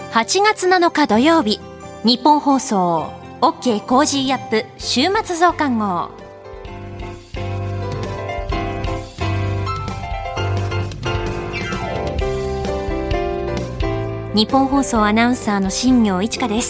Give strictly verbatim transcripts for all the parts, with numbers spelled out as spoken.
はちがつなのか土曜日、日本放送 OK コージーアップ週末増刊号。日本放送アナウンサーの新業一華です。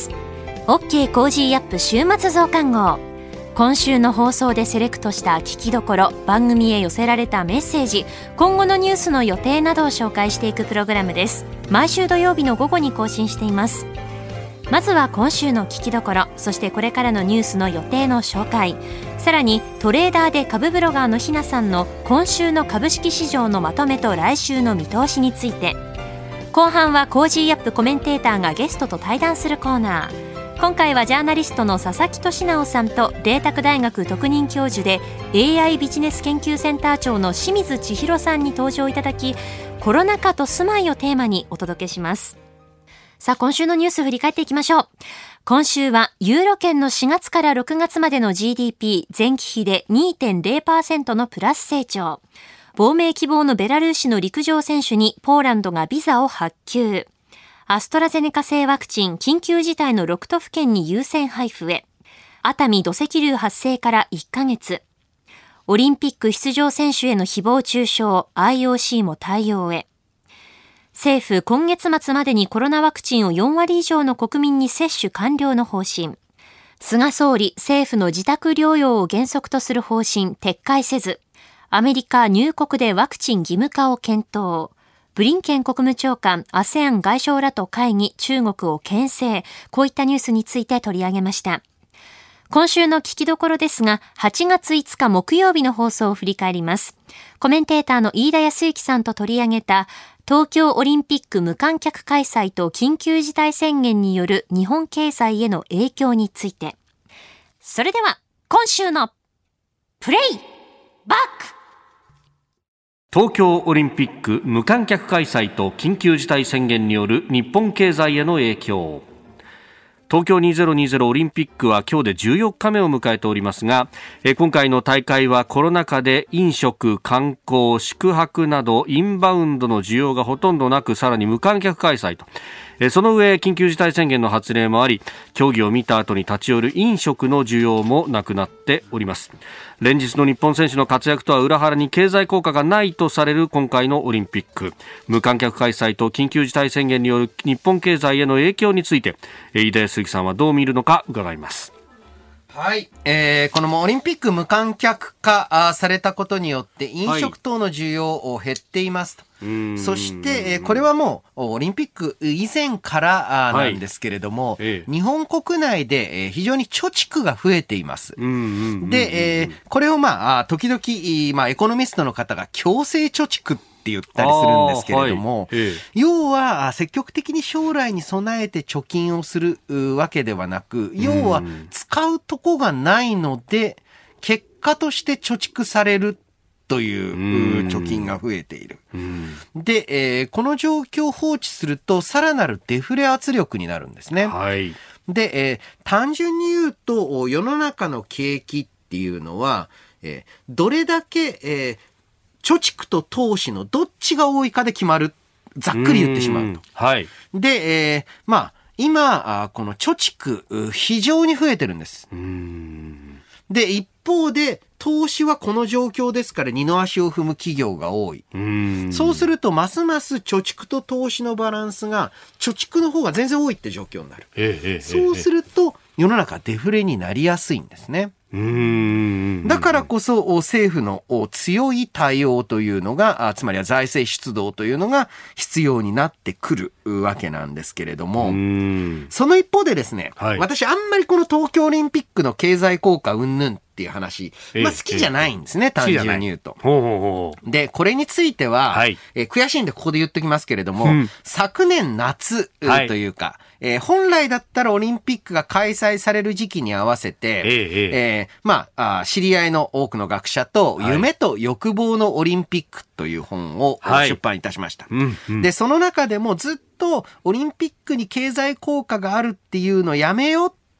OK コージーアップ週末増刊号。今週の放送でセレクトした聞きどころ、番組へ寄せられたメッセージ、今後のニュースの予定などを紹介していくプログラムです。毎週土曜日の午後に更新しています。まずは今週の聞きどころ、そしてこれからのニュースの予定の紹介、さらにトレーダーで株ブロガーのひなさんの今週の株式市場のまとめと来週の見通しについて、後半はコージーアップコメンテーターがゲストと対談するコーナー。今回はジャーナリストの佐々木俊直さんと麗澤大学特任教授で エーアイ ビジネス研究センター長の清水千尋さんに登場いただき、コロナ禍と住まいをテーマにお届けします。さあ、今週のニュース振り返っていきましょう。今週はユーロ圏のしがつからろくがつまでの ジーディーピー 前期比で にてんゼロパーセント のプラス成長。亡命希望のベラルーシの陸上選手にポーランドがビザを発給。アストラゼネカ製ワクチン緊急事態のろく都府県に優先配布へ。熱海土石流発生からいっかげつ。オリンピック出場選手への誹謗中傷、アイオーシー も対応へ。政府今月末までにコロナワクチンをよんわり以上の国民に接種完了の方針。菅総理、政府の自宅療養を原則とする方針撤回せず。アメリカ入国でワクチン義務化を検討。ブリンケン国務長官、アセアン 外相らと会議、中国を牽制。こういったニュースについて取り上げました。今週の聞きどころですが、はちがついつか木曜日の放送を振り返ります。コメンテーターの飯田康之さんと取り上げた、東京オリンピック無観客開催と緊急事態宣言による日本経済への影響について。それでは、今週のプレイバック。 東京オリンピック無観客開催と緊急事態宣言による日本経済への影響。東京にせんにじゅうオリンピックは今日でじゅうよっかめを迎えておりますが、え今回の大会はコロナ禍で飲食、観光、宿泊などインバウンドの需要がほとんどなく、さらに無観客開催と、えその上緊急事態宣言の発令もあり、競技を見た後に立ち寄る飲食の需要もなくなっております。連日の日本選手の活躍とは裏腹に経済効果がないとされる今回のオリンピック。無観客開催と緊急事態宣言による日本経済への影響について、飯田康之さんはどう見るのか伺います。 はい、えー、このオリンピック無観客化されたことによって飲食等の需要減っていますと、はい、そして、えー、これはもうオリンピック以前からなんですけれども、はいええ、日本国内で、えー、非常に貯蓄が増えています。で、えー、これをまあ時々、まあ、エコノミストの方が強制貯蓄って言ったりするんですけれども、はいええ、要は積極的に将来に備えて貯金をするわけではなく、要は使うとこがないので結果として貯蓄されるという貯金が増えている。で、えー、この状況を放置するとさらなるデフレ圧力になるんですね。はい、で、えー、単純に言うと世の中の景気っていうのは、えー、どれだけ、えー貯蓄と投資のどっちが多いかで決まる。ざっくり言ってしまうと。はい。で、えー、まあ、今、この貯蓄、非常に増えてるんです。うーんで、一方で、投資はこの状況ですから二の足を踏む企業が多い。うーんそうすると、ますます貯蓄と投資のバランスが、貯蓄の方が全然多いって状況になる。ええええ、そうすると、世の中デフレになりやすいんですね。うーんだからこそ政府の強い対応というのが、つまりは財政出動というのが必要になってくるわけなんですけれども、うーんその一方でですね、はい、私あんまりこの東京オリンピックの経済効果云々っていう話、まあ好きじゃないんですね、ええ、単純に言うと。ほうほうほうで、これについては、はいえー、悔しいんでここで言っときますけれども、うん、昨年夏というか、はいえー、本来だったらオリンピックが開催される時期に合わせて、えええー、まあ、知り合いの多くの学者と、はい、夢と欲望のオリンピックという本を出版いたしました。はいうんうん、で、その中でもずっとオリンピックに経済効果があるっていうのをやめようっ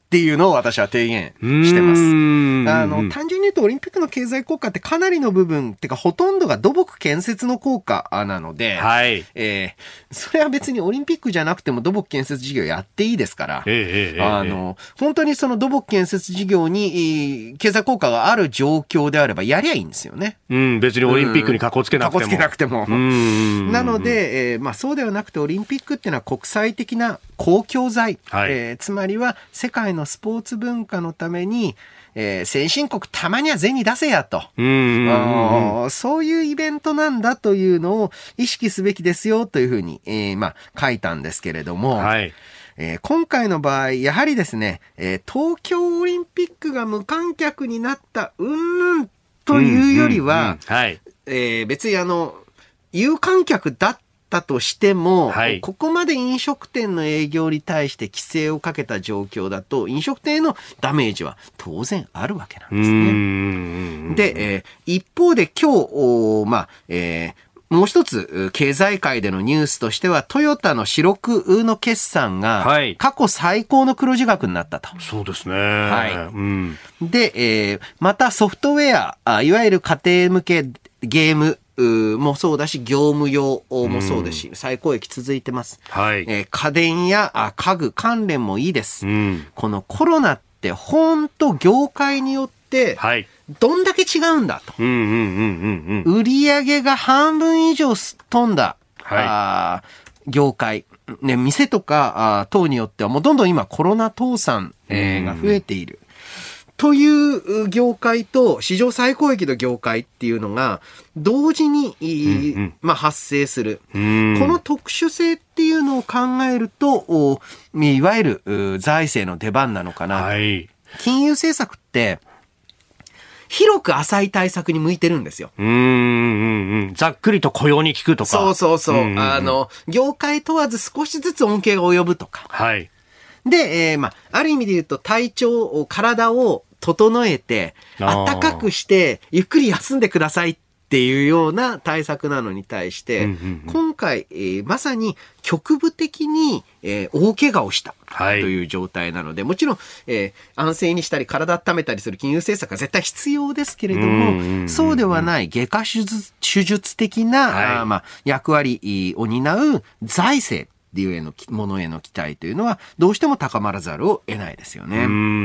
っていうのを私は提言してます。あの、単純に言うとオリンピックの経済効果ってかなりの部分、ってかほとんどが土木建設の効果なので、はい、えー、それは別にオリンピックじゃなくても土木建設事業やっていいですから、えー、あの、えー、本当にその土木建設事業に経済効果がある状況であればやりゃいいんですよね。 うん、別にオリンピックにかこつけなくても。 かこつけなくても。なので、えー、まあそうではなくてオリンピックっていうのは国際的な公共財、はい、えー、つまりは世界のスポーツ文化のために、えー、先進国たまには銭出せやと、うんうんうん、そういうイベントなんだというのを意識すべきですよというふうに、えー、まあ書いたんですけれども、はい、えー、今回の場合やはりですね、えー、東京オリンピックが無観客になったうんというよりは、うんうんうん、はい、えー、別にあの有観客だっただとしても、はい、ここまで飲食店の営業に対して規制をかけた状況だと飲食店へのダメージは当然あるわけなんですね。うんで、えー、一方で今日、まあえー、もう一つ経済界でのニュースとしてはトヨタの四六の決算が過去最高の黒字額になったと。 そうですね。はい。 うん、で、えー、またソフトウェア、いわゆる家庭向けゲームもそうだし業務用もそうですし、うん、最高益続いてます、はい、えー、家電や家具関連もいいです、うん、このコロナって本当業界によってどんだけ違うんだと、売り上げが半分以上すっ飛んだ、はい、あ業界、ね、店とかあ等によってはもうどんどん今コロナ倒産、えー、が増えている、という業界と史上最高益の業界っていうのが同時に、うんうん、まあ、発生する。この特殊性っていうのを考えると、いわゆる財政の出番なのかな。はい、金融政策って広く浅い対策に向いてるんですよ。 うんうんうん、ざっくりと雇用に効くとか。 そうそうそう。うんうんうん、あの業界問わず少しずつ恩恵が及ぶとか。はい。で、えー、まあある意味で言うと体調、体を整えて、暖かくして、ゆっくり休んでくださいっていうような対策なのに対して、うんうんうん、今回、えー、まさに局部的に、えー、大怪我をした、はい、という状態なので、もちろん、えー、安静にしたり体温めたりする金融政策は絶対必要ですけれども、うんうんうん、そうではない外科手術、手術的な、はい、あまあ、役割を担う財政っていうへのものへの期待というのはどうしても高まらざるを得ないですよね。 うん、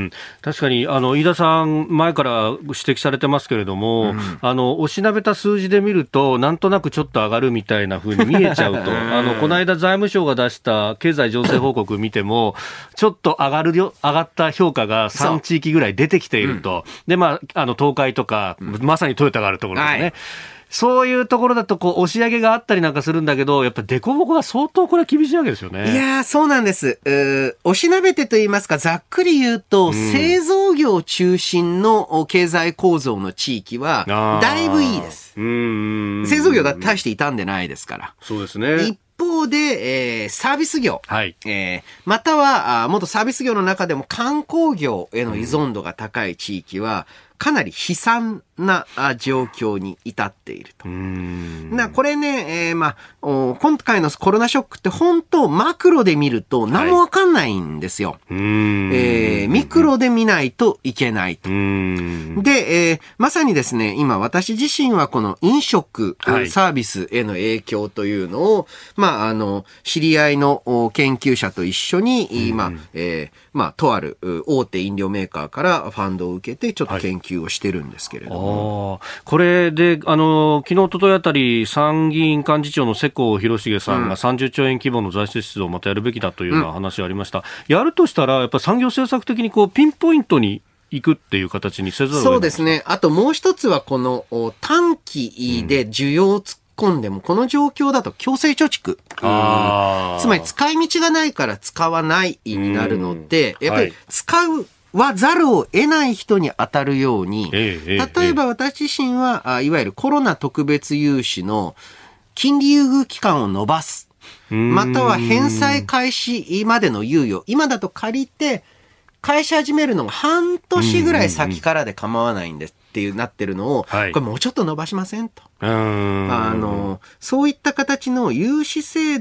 確かにあの飯田さん前から指摘されてますけれども、うん、あのおしなべた数字で見るとなんとなくちょっと上がるみたいな風に見えちゃうとあのこの間財務省が出した経済情勢報告見てもちょっと上がるよ上がった評価がさん地域ぐらい出てきていると、うん、でまああの東海とか、うん、まさにトヨタがあるところですね、はい、そういうところだとこう押し上げがあったりなんかするんだけどやっぱデコボコが相当これは厳しいわけですよね。 いやーそうなんです。うおしなべてと言いますかざっくり言うと、うん、製造業中心の経済構造の地域はだいぶいいです。うん製造業だって大して傷んでないですから。 そうですね。 一方で、えー、サービス業、はいえー、またはあ元サービス業の中でも観光業への依存度が高い地域は、うんかなり悲惨な状況に至っていると。なこれね、えーまあ、今回のコロナショックって本当マクロで見ると何もわかんないんですよ、はいえー。ミクロで見ないといけないと。で、えー、まさにですね、今私自身はこの飲食、はい、サービスへの影響というのを、まあ、あの、知り合いの研究者と一緒に、まあ、えー、まあ、とある大手飲料メーカーからファンドを受けてちょっと研究をしてるんですけれども、 はい、あこれであの昨日一昨日あたり参議院幹事長の世耕弘成さんがさんじゅっちょうえん規模の財政出動をまたやるべきだというような話がありました、うん、やるとしたらやっぱり産業政策的にこうピンポイントに行くっていう形にせざるを得ない。 そうですね。あともう一つはこの短期で需要を突っ込んでも、うん、この状況だと強制貯蓄、あつまり使い道がないから使わないになるので、やっぱり使うはざるを得ない人に当たるように、例えば私自身は、いわゆるコロナ特別融資の金利優遇期間を延ばす。または返済開始までの猶予。今だと借りて、返し始めるのが半年ぐらい先からで構わないんですっていうなってるのを、これもうちょっと伸ばしませんと。あの、そういった形の融資制度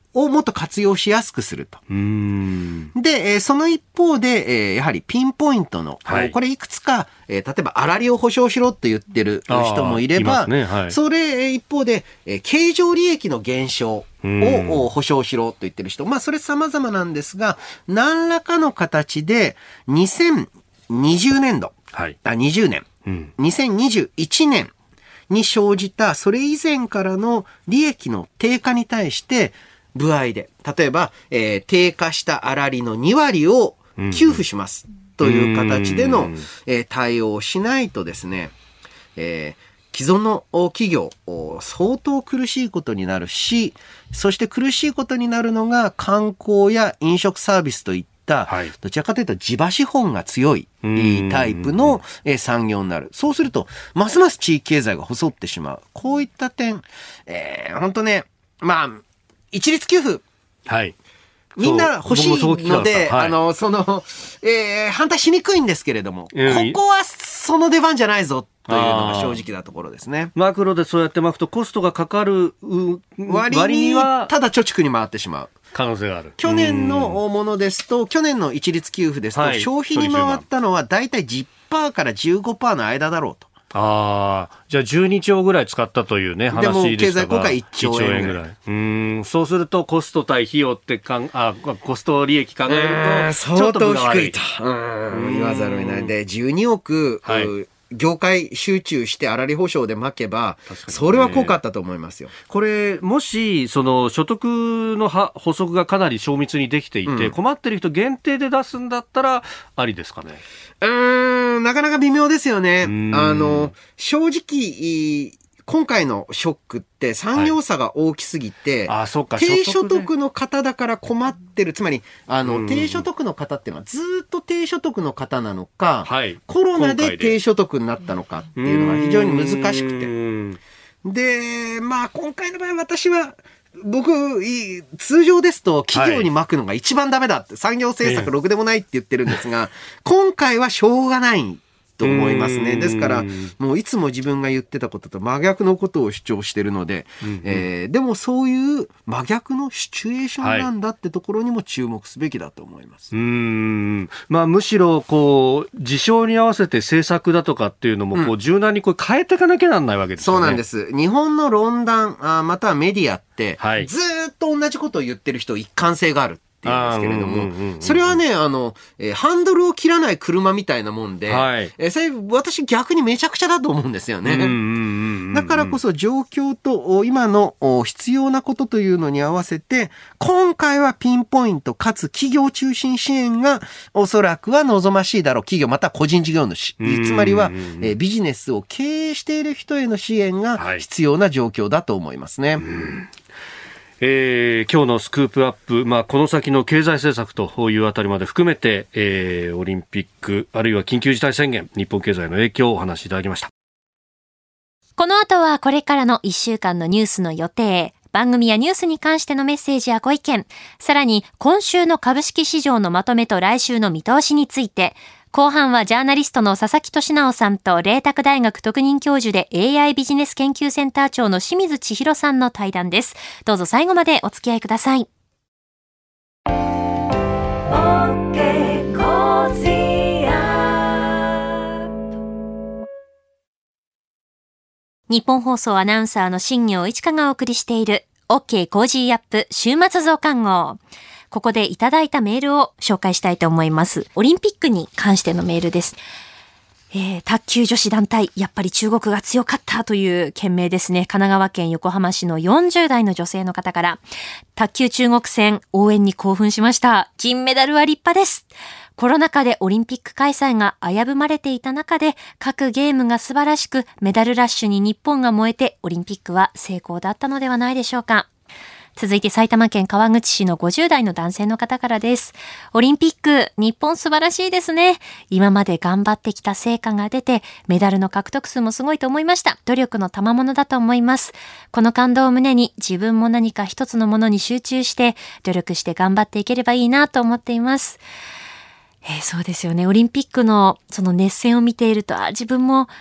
をもっと活用しやすくすると。 うーんで、えーその一方で、えーやはりピンポイントの、 はいこれいくつか、えー例えば粗利を保証しろって言ってる人もいれば、 あーいますねはいそれ一方で、えー経常利益の減少うんを保証しろと言ってる人、まあそれ様々なんですが、何らかの形でにせんにじゅうねんど、 はいあにじゅうねん、 うんにせんにじゅういちねんに生じたそれ以前からの利益の低下に対して歩合で、例えば、えー低下した粗利のにわりを給付しますという形での、 うんえー対応をしないとですね、えー既存の企業相当苦しいことになるし、そして苦しいことになるのが観光や飲食サービスといった、 はいどちらかというと地場資本が強いうんタイプのえー産業になる。そうすると、ますます地域経済が細ってしまう。こういった点、えー、本当ね、まあ、一律給付、 はいみんな欲しいそう僕もそう聞きたかので、 ったはいあの、その、えー反対しにくいんですけれども、 うんここはその出番じゃないぞというのが正直なところですね。 マクロでそうやって巻くとコストがかかるう割ににはただ貯蓄に回ってしまう。 可能性がある。 去年のものですと、去年の一律給付ですと、 はい消費に回ったのはだいたい じゅっパーセント から じゅうごパーセント の間だろうと。 ああ、じゃあじゅうにちょうぐらい使ったというね、 でも話でしたが。 経済効果いっちょうえんぐらいいっちょうえんぐらい。うーん、そうするとコスト対費用ってかん、あ、コスト利益考えると、ちょっと相当分が悪い低いと。うん言わざるを得ない。で、じゅうにおく、 はいう業界集中して粗利保証で巻けば、 確かにねそれは効果あったと思いますよ。 これ、もし、その、所得のは補足がかなり精密にできていて、 うん困ってる人限定で出すんだったら、ありですかね。 うーん、なかなか微妙ですよね。 んあの、正直、今回のショックって産業差が大きすぎて、 あ、そっか、 低所で得の方だから困ってる。つまり、あの、 うん低所得の方っていうのはずっと低所得の方なのか、 はい。 コロナ今回でで低所得になったのかっていうのが非常に難しくて。 て。 で、まあ今回の場合私は、僕、い通常ですと企業に巻くのが一番ダメだって、産業政策ろくでもないって言ってるんですが、今回はしょうがないと思いますね。 うんですから、もういつも自分が言ってたことと真逆のことを主張してるので、 うんえーでもそういう真逆のシチュエーションなんだってところにも注目すべきだと思います。 うーん、まあ、むしろこう事象に合わせて政策だとかっていうのもこう柔軟にこう変えていかなきゃなんないわけですよね。 そうなんです。日本の論壇、あまたはメディアって、 はいずーっと同じことを言ってる人一貫性があるっていうんですけれども、 あーうんうんうんうんそれはね、あの、えーハンドルを切らない車みたいなもんで、 はいえーそれ私逆にめちゃくちゃだと思うんですよね。 うんうんうんうんだからこそ状況とお今のお必要なことというのに合わせて、今回はピンポイントかつ企業中心支援がおそらくは望ましいだろう。企業または個人事業主。 うんつまりは、えービジネスを経営している人への支援がはい必要な状況だと思いますね。 えー今日のスクープアップ、まあ、この先の経済政策というあたりまで含めて、えーオリンピックあるいは緊急事態宣言、日本経済の影響をお話しいただきました。 この後はこれからのいっしゅうかんのニュースの予定、番組やニュースに関してのメッセージやご意見、さらに今週の株式市場のまとめと来週の見通しについて、後半はジャーナリストの佐々木俊直さんと麗澤大学特任教授で エーアイ ビジネス研究センター長の清水千尋さんの対談です。どうぞ最後までお付き合いください。日本放送アナウンサーの新業一華がお送りしている OK コージーアップ週末増刊号。ここでいただいたメールを紹介したいと思います。オリンピックに関してのメールです。えー、卓球女子団体、やっぱり中国が強かったという件名ですね。神奈川県横浜市のよんじゅう代の女性の方から、卓球中国戦応援に興奮しました。金メダルは立派です。コロナ禍でオリンピック開催が危ぶまれていた中で、各ゲームが素晴らしく、メダルラッシュに日本が燃えて、オリンピックは成功だったのではないでしょうか。続いて埼玉県川口市のごじゅう代の男性の方からです。オリンピック、日本素晴らしいですね。今まで頑張ってきた成果が出て、メダルの獲得数もすごいと思いました。努力の賜物だと思います。この感動を胸に自分も何か一つのものに集中して、努力して頑張っていければいいなと思っています。えー、そうですよね。オリンピックのその熱戦を見ていると、あ、自分も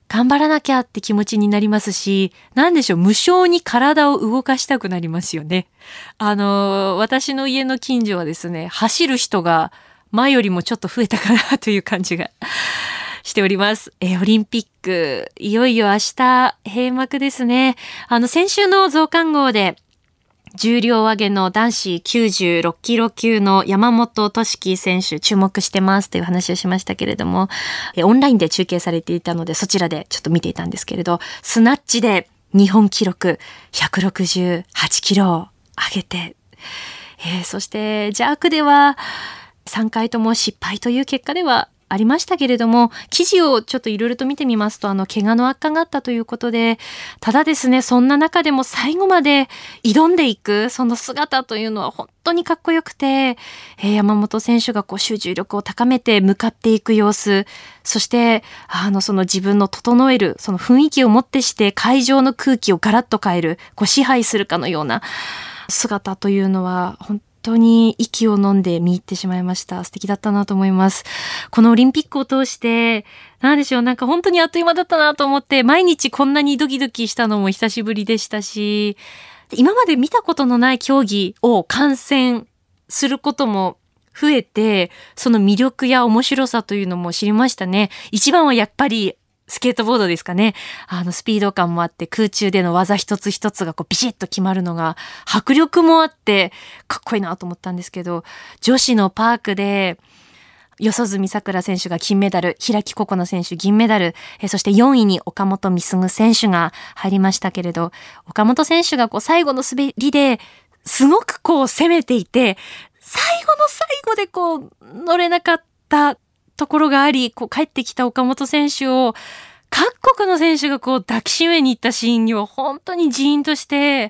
頑張らなきゃって気持ちになりますし、なんでしょう、無性に体を動かしたくなりますよね。あの、私の家の近所はですね、走る人が前よりもちょっと増えたかなという感じがしております。えー、オリンピック、いよいよ明日閉幕ですね。あの、先週の増刊号で、重量挙げの男子きゅうじゅうろっキロ級の山本俊樹選手注目してますという話をしましたけれども、えオンラインで中継されていたのでそちらでちょっと見ていたんですけれど、スナッチで日本記録ひゃくろくじゅうはちキロを上げて、えー、そしてジャークではさんかいとも失敗という結果ではありましたけれども、記事をちょっといろいろと見てみますと、あの、怪我の悪化があったということで、ただですね、そんな中でも最後まで挑んでいく、その姿というのは本当にかっこよくて、えー、山本選手がこう集中力を高めて向かっていく様子、そして、あの、その自分の整える、その雰囲気をもってして会場の空気をガラッと変える、こう支配するかのような姿というのは、本当に息を飲んで見入ってしまいました。素敵だったなと思います。このオリンピックを通して、なんでしょう、なんか本当にあっという間だったなと思って、毎日こんなにドキドキしたのも久しぶりでしたし、今まで見たことのない競技を観戦することも増えて、その魅力や面白さというのも知りましたね。一番はやっぱりスケートボードですかね。あのスピード感もあって空中での技一つ一つがこうビシッと決まるのが迫力もあってかっこいいなと思ったんですけど、女子のパークで四十住さくら選手が金メダル、開心那選手銀メダル、えそしてよんいに岡本碧優選手が入りましたけれど、岡本選手がこう最後の滑りですごくこう攻めていて、最後の最後でこう乗れなかったところがあり、こう帰ってきた岡本選手を各国の選手がこう抱きしめに行ったシーンには本当にジーンとして、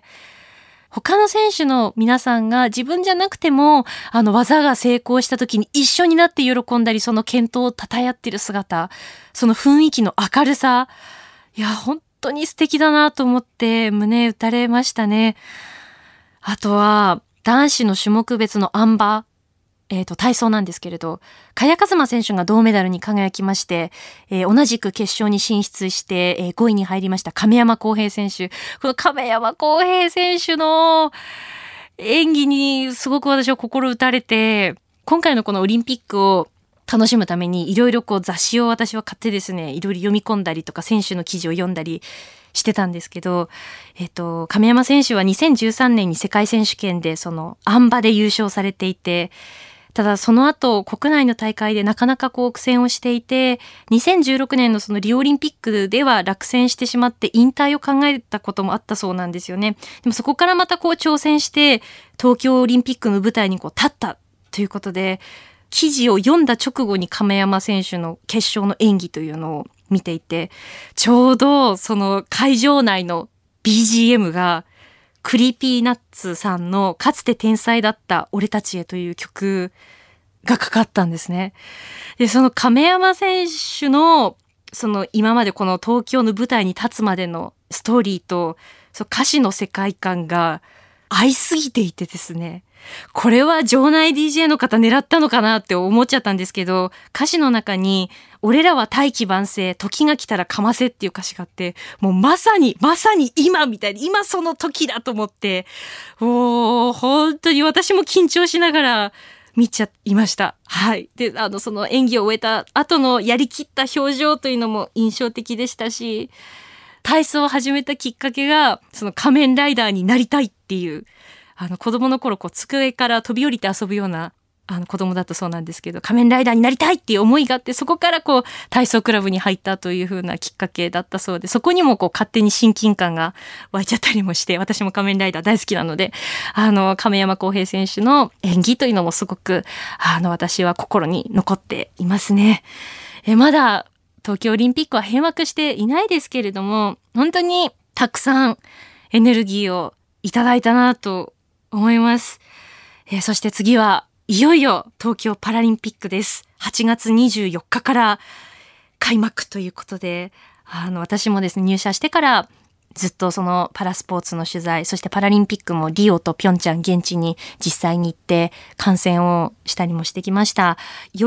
他の選手の皆さんが自分じゃなくてもあの技が成功した時に一緒になって喜んだり、その健闘を称え合っている姿、その雰囲気の明るさ、いや本当に素敵だなと思って胸打たれましたね。あとは男子の種目別のあん馬、えっと、体操なんですけれど、萱和磨選手が銅メダルに輝きまして、えー、同じく決勝に進出して、えー、ごいに入りました亀山耕平選手。この亀山耕平選手の演技にすごく私は心打たれて、今回のこのオリンピックを楽しむためにいろいろこう雑誌を私は買ってですね、いろいろ読み込んだりとか選手の記事を読んだりしてたんですけど、えっと、亀山選手はにせんじゅうさんねんに世界選手権でそのあん馬で優勝されていて、ただその後国内の大会でなかなかこう苦戦をしていて、にせんじゅうろくねんのそのリオオリンピックでは落選してしまって引退を考えたこともあったそうなんですよね。でもそこからまたこう挑戦して東京オリンピックの舞台にこう立ったということで、記事を読んだ直後に亀山選手の決勝の演技というのを見ていて、ちょうどその会場内の ビージーエム がクリーピーナッツさんのかつて天才だった俺たちへという曲がかかったんですね。で、その亀山選手のその今までこの東京の舞台に立つまでのストーリーとその歌詞の世界観が合いすぎていてですね、これは場内 ディージェー の方狙ったのかなって思っちゃったんですけど、歌詞の中に俺らは大器晩成、時が来たらかませっていう歌詞があって、もうまさにまさに今みたいに今その時だと思って、もう本当に私も緊張しながら見ちゃいました。はい。で、あのその演技を終えた後のやりきった表情というのも印象的でしたし、体操を始めたきっかけがその仮面ライダーになりたいっていう、あの子供の頃こう机から飛び降りて遊ぶようなあの子供だったそうなんですけど、仮面ライダーになりたいっていう思いがあって、そこからこう体操クラブに入ったという風なきっかけだったそうで、そこにもこう勝手に親近感が湧いちゃったりもして、私も仮面ライダー大好きなので、あの亀山耕平選手の演技というのもすごくあの私は心に残っていますね。えまだ東京オリンピックは閉幕していないですけれども、本当にたくさんエネルギーをいただいたなと思います。えー、そして次はいよいよ東京パラリンピックです。はちがつにじゅうよっかから開幕ということで、あの私もですね入社してからずっとそのパラスポーツの取材、そしてパラリンピックもリオとピョンチャン現地に実際に行って観戦をしたりもしてきました。より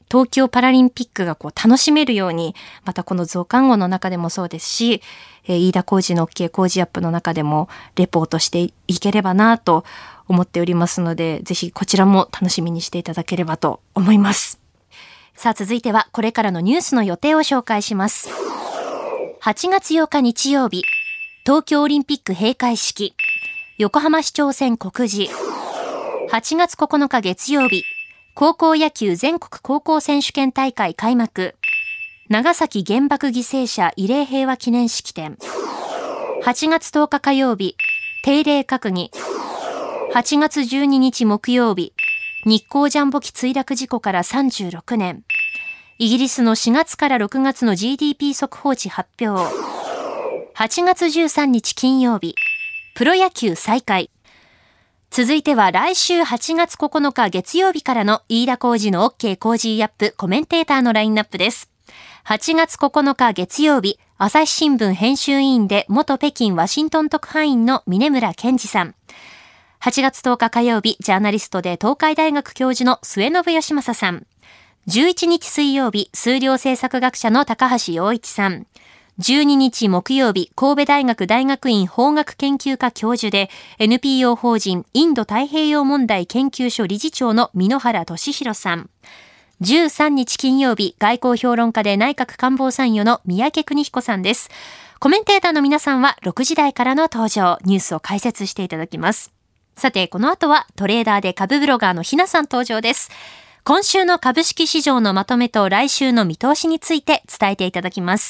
東京パラリンピックがこう楽しめるように、またこの増刊号の中でもそうですし、えー、飯田浩司の OK 工事アップの中でもレポートしていければなと思っておりますので、ぜひこちらも楽しみにしていただければと思います。さあ続いてはこれからのニュースの予定を紹介します。はちがつようか日曜日、東京オリンピック閉会式、横浜市長選告示。はちがつここのか月曜日、高校野球全国高校選手権大会開幕。長崎原爆犠牲者慰霊平和記念式典。はちがつとおか火曜日、定例閣議。はちがつじゅうににち木曜日、日航ジャンボ機墜落事故からさんじゅうろくねん。イギリスのしがつからろくがつの ジーディーピー 速報値発表。はちがつじゅうさんにち金曜日、プロ野球再開。続いては来週はちがつここのか月曜日からの飯田浩司の OK 工事アップコメンテーターのラインナップです。はちがつここのか月曜日、朝日新聞編集委員で元北京ワシントン特派員の峯村健二さん。はちがつとおか火曜日、ジャーナリストで東海大学教授の末延吉正さん。じゅういちにち水曜日、数量政策学者の高橋洋一さん。じゅうににち木曜日、神戸大学大学院法学研究科教授で エヌピーオー 法人インド太平洋問題研究所理事長の箕原俊弘さん。じゅうさんにち金曜日、外交評論家で内閣官房参与の三宅邦彦さんです。コメンテーターの皆さんはろくじ台からの登場、ニュースを解説していただきます。さて、この後はトレーダーで株ブロガーのひなさん登場です。今週の株式市場のまとめと来週の見通しについて伝えていただきます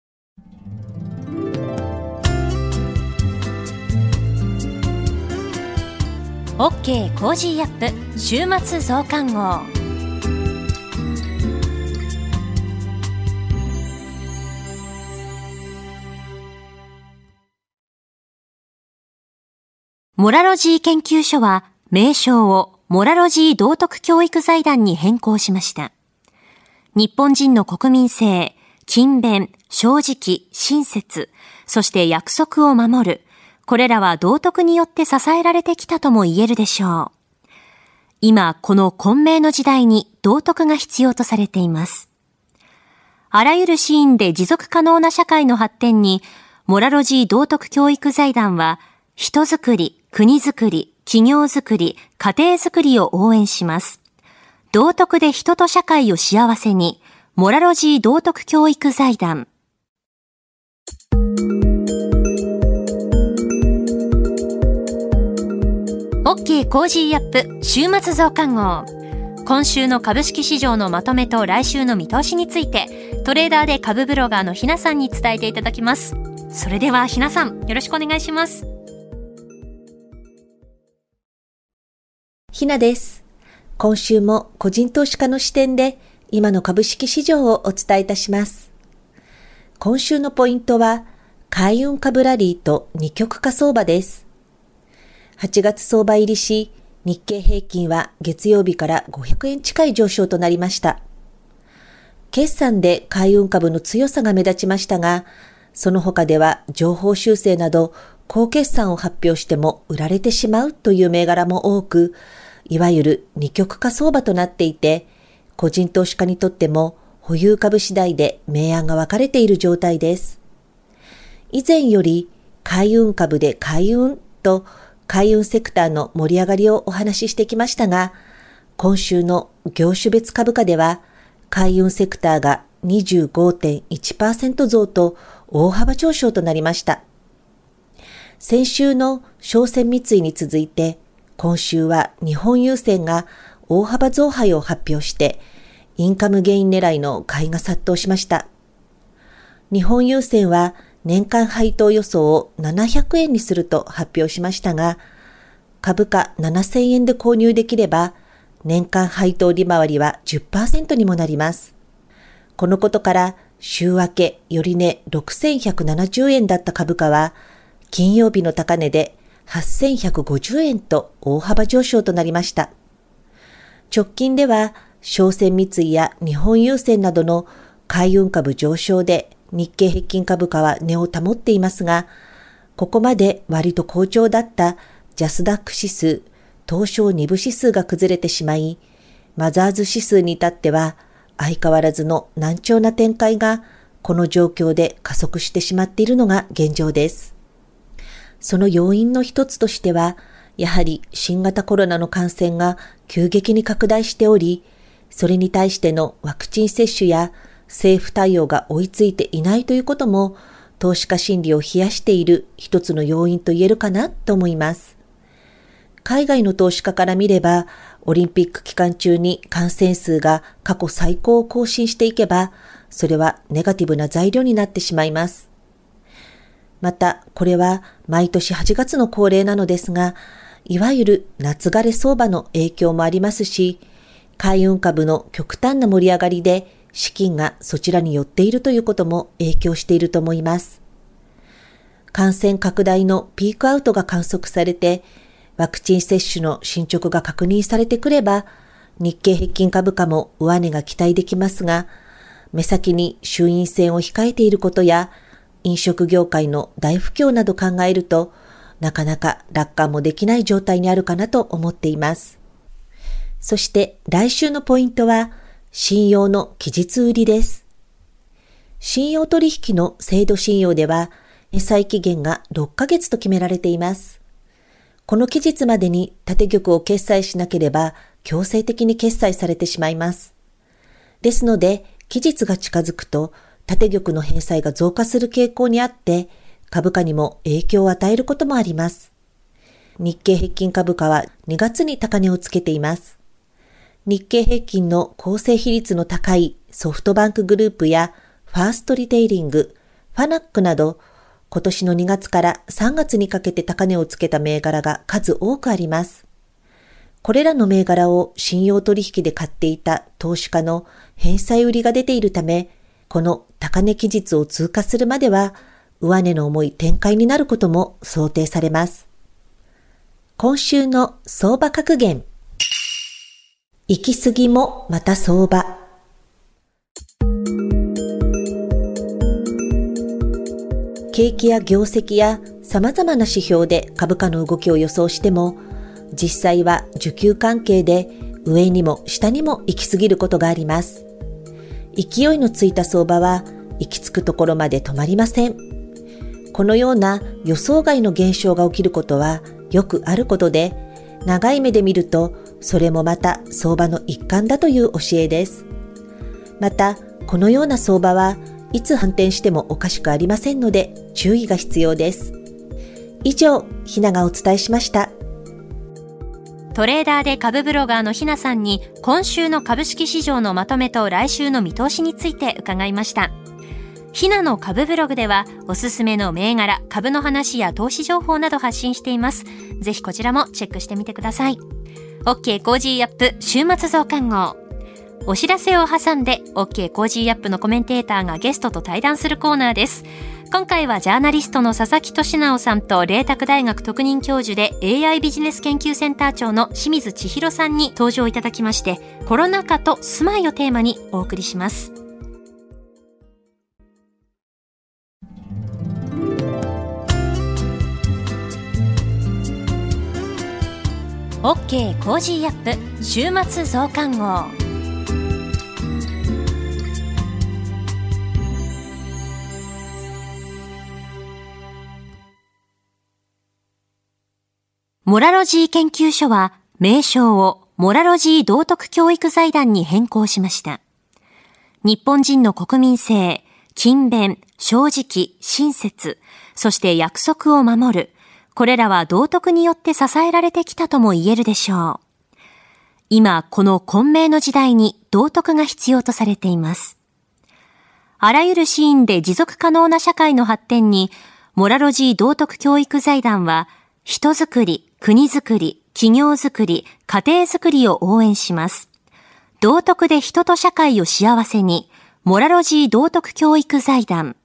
。OK コージーアップ週末増刊号。モラロジー研究所は名称をモラロジー道徳教育財団に変更しました。日本人の国民性、勤勉、正直、親切、そして約束を守る。これらは道徳によって支えられてきたとも言えるでしょう。今、この混迷の時代に道徳が必要とされています。あらゆるシーンで持続可能な社会の発展に、モラロジー道徳教育財団は、人づくり、国づくり、企業づくり、家庭づくりを応援します。道徳で人と社会を幸せに、モラロジー道徳教育財団。OK コージーアップ週末増刊号。今週の株式市場のまとめと来週の見通しについて、トレーダーで株ブロガーのひなさんに伝えていただきます。それではひなさん、よろしくお願いします。 ひなです。今週も個人投資家の視点で今の株式市場をお伝えいたします。今週のポイントは海運株ラリーと二極化相場です。はちがつ相場入りし、日経平均は月曜日からごひゃくえん近い上昇となりました。決算で海運株の強さが目立ちましたが、その他では情報修正など高決算を発表しても売られてしまうという銘柄も多く、いわゆる二極化相場となっていて、個人投資家にとっても保有株次第で明暗が分かれている状態です。以前より海運株で海運と海運セクターの盛り上がりをお話ししてきましたが、今週の業種別株価では海運セクターが にじゅうごてんいちパーセント 増と大幅上昇となりました。先週の商船三井に続いて、今週は日本郵船が大幅増配を発表して、インカムゲイン狙いの買いが殺到しました。日本郵船は年間配当予想をななひゃくえんにすると発表しましたが、株価ななせんえんで購入できれば、年間配当利回りは じゅっパーセント にもなります。このことから、週明け寄値ろくせんひゃくななじゅうえんだった株価は、金曜日の高値ではっせんひゃくごじゅうえんと大幅上昇となりました。直近では、商船三井や日本郵船などの海運株上昇で日経平均株価は値を保っていますが、ここまで割と好調だったジャスダック指数、東証に部指数が崩れてしまい、マザーズ指数に至っては相変わらずの難聴な展開がこの状況で加速してしまっているのが現状です。その要因の一つとしては、やはり新型コロナの感染が急激に拡大しており、それに対してのワクチン接種や政府対応が追いついていないということも、投資家心理を冷やしている一つの要因と言えるかなと思います。海外の投資家から見れば、オリンピック期間中に感染数が過去最高を更新していけば、それはネガティブな材料になってしまいます。また、これは毎年はちがつの恒例なのですが、いわゆる夏枯れ相場の影響もありますし、海運株の極端な盛り上がりで資金がそちらに寄っているということも影響していると思います。感染拡大のピークアウトが観測されて、ワクチン接種の進捗が確認されてくれば、日経平均株価も上値が期待できますが、目先に衆院選を控えていることや、飲食業界の大不況など考えると、なかなか楽観もできない状態にあるかなと思っています。そして来週のポイントは、信用の期日売りです。信用取引の制度信用では、返済期限がろっかげつと決められています。この期日までに縦玉を決済しなければ強制的に決済されてしまいます。ですので、期日が近づくと縦玉の返済が増加する傾向にあって、株価にも影響を与えることもあります。日経平均株価はにがつに高値をつけています。日経平均の構成比率の高いソフトバンクグループやファーストリテイリング、ファナックなど、今年のにがつからさんがつにかけて高値をつけた銘柄が数多くあります。これらの銘柄を信用取引で買っていた投資家の返済売りが出ているため、この高値期日を通過するまでは、上値の重い展開になることも想定されます。今週の相場格言。行き過ぎもまた相場。景気や業績や様々な指標で株価の動きを予想しても、実際は需給関係で上にも下にも行き過ぎることがあります。勢いのついた相場は行き着くところまで止まりません。このような予想外の現象が起きることはよくあることで、長い目で見るとそれもまた相場の一環だという教えです。また、このような相場はいつ反転してもおかしくありませんので注意が必要です。以上、ひながお伝えしました。 トレーダーで株ブロガーのひなさんに今週の株式市場のまとめと来週の見通しについて伺いました。ひなの株ブログではおすすめの銘柄、株の話や投資情報など発信しています。ぜひこちらもチェックしてみてください。 OK コージーアップ週末増刊号。お知らせを挟んで OK コージーアップのコメンテーターがゲストと対談するコーナーです。今回はジャーナリストの佐々木俊直さんと麗澤大学特任教授で エーアイ ビジネス研究センター長の清水千尋さんに登場いただきまして、コロナ禍と住まいをテーマにお送りします。OK コージーアップ週末増刊号。モラロジー研究所は名称をモラロジー道徳教育財団に変更しました。日本人の国民性、勤勉、正直、親切、そして約束を守る。これらは道徳によって支えられてきたとも言えるでしょう。今、この混迷の時代に道徳が必要とされています。あらゆるシーンで持続可能な社会の発展に、モラロジー道徳教育財団は、人づくり、国づくり、企業づくり、家庭づくりを応援します。道徳で人と社会を幸せに、モラロジー道徳教育財団。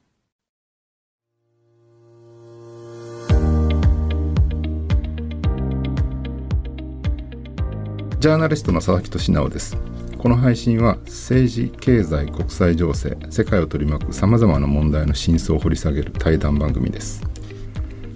ジャーナリストの佐々木俊直です。この配信は政治、経済、国際情勢、世界を取り巻く様々な問題の真相を掘り下げる対談番組です。